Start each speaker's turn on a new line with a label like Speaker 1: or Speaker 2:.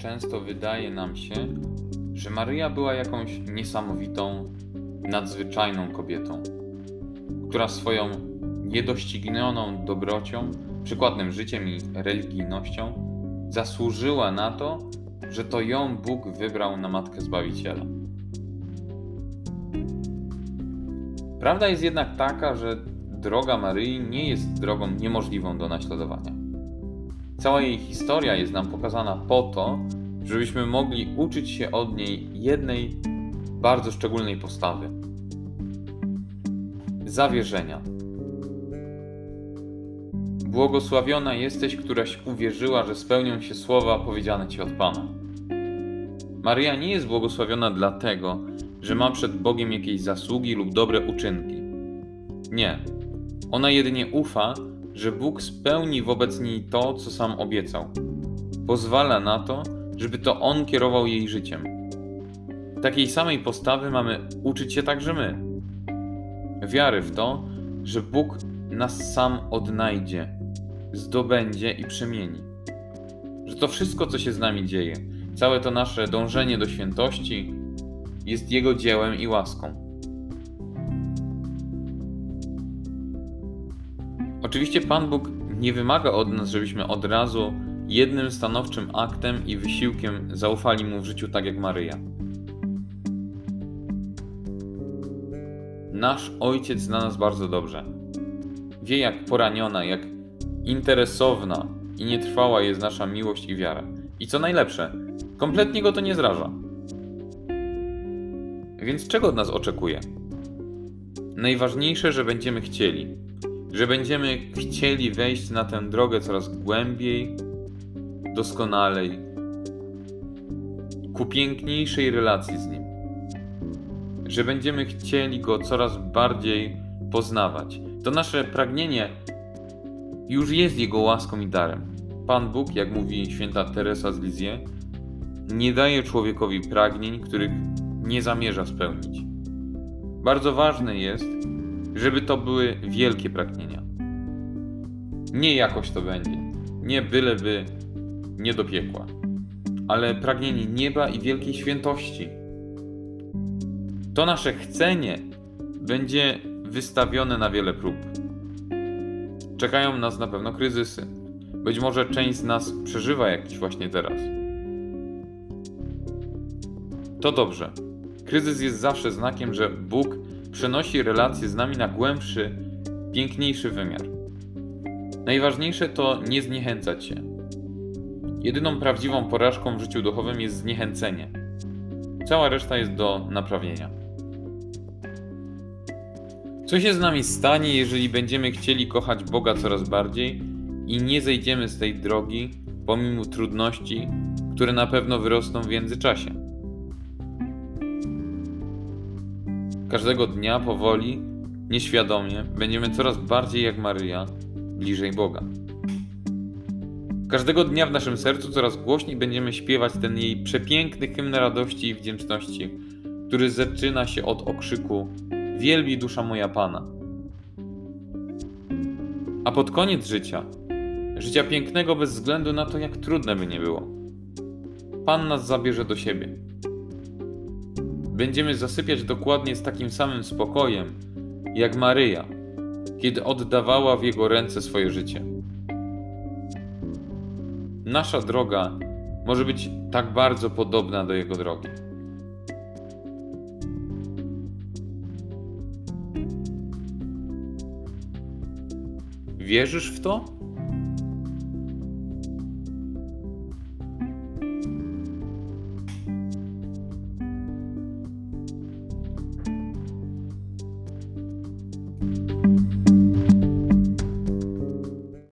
Speaker 1: często wydaje nam się, że Maryja była jakąś niesamowitą, nadzwyczajną kobietą, która swoją niedoścignioną dobrocią, przykładnym życiem i religijnością zasłużyła na to, że to ją Bóg wybrał na Matkę Zbawiciela. Prawda jest jednak taka, że droga Maryi nie jest drogą niemożliwą do naśladowania. Cała jej historia jest nam pokazana po to, żebyśmy mogli uczyć się od niej jednej bardzo szczególnej postawy. Zawierzenia. Błogosławiona jesteś, któraś uwierzyła, że spełnią się słowa powiedziane ci od Pana. Maryja nie jest błogosławiona dlatego, że ma przed Bogiem jakieś zasługi lub dobre uczynki. Nie. Ona jedynie ufa, że Bóg spełni wobec niej to, co sam obiecał. Pozwala na to, żeby to On kierował jej życiem. Takiej samej postawy mamy uczyć się także my. Wiary w to, że Bóg nas sam odnajdzie, zdobędzie i przemieni. Że to wszystko, co się z nami dzieje, całe to nasze dążenie do świętości jest Jego dziełem i łaską. Oczywiście Pan Bóg nie wymaga od nas, żebyśmy od razu jednym stanowczym aktem i wysiłkiem zaufali Mu w życiu tak jak Maryja. Nasz Ojciec zna nas bardzo dobrze. Wie, jak poraniona, jak interesowna i nietrwała jest nasza miłość i wiara. I co najlepsze, kompletnie Go to nie zraża. Więc czego od nas oczekuje? Najważniejsze, że będziemy chcieli. Że będziemy chcieli wejść na tę drogę coraz głębiej, doskonalej, ku piękniejszej relacji z Nim. Że będziemy chcieli Go coraz bardziej poznawać. To nasze pragnienie już jest Jego łaską i darem. Pan Bóg, jak mówi święta Teresa z Lisieux, nie daje człowiekowi pragnień, których nie zamierza spełnić. Bardzo ważne jest, żeby to były wielkie pragnienia. Nie jakoś to będzie, nie byleby, nie do piekła, ale pragnienie nieba i wielkiej świętości. To nasze chcenie będzie wystawione na wiele prób. Czekają nas na pewno kryzysy. Być może część z nas przeżywa jakiś właśnie teraz. To dobrze. Kryzys jest zawsze znakiem, że Bóg przenosi relacje z nami na głębszy, piękniejszy wymiar. Najważniejsze to nie zniechęcać się. Jedyną prawdziwą porażką w życiu duchowym jest zniechęcenie. Cała reszta jest do naprawienia. Co się z nami stanie, jeżeli będziemy chcieli kochać Boga coraz bardziej i nie zejdziemy z tej drogi, pomimo trudności, które na pewno wyrosną w międzyczasie? Każdego dnia powoli, nieświadomie będziemy coraz bardziej jak Maryja, bliżej Boga. Każdego dnia w naszym sercu coraz głośniej będziemy śpiewać ten jej przepiękny hymn radości i wdzięczności, który zaczyna się od okrzyku: wielbi dusza moja Pana. A pod koniec życia pięknego bez względu na to, jak trudne by nie było, Pan nas zabierze do siebie. Będziemy zasypiać dokładnie z takim samym spokojem, jak Maryja, kiedy oddawała w Jego ręce swoje życie. Nasza droga może być tak bardzo podobna do Jego drogi. Wierzysz w to?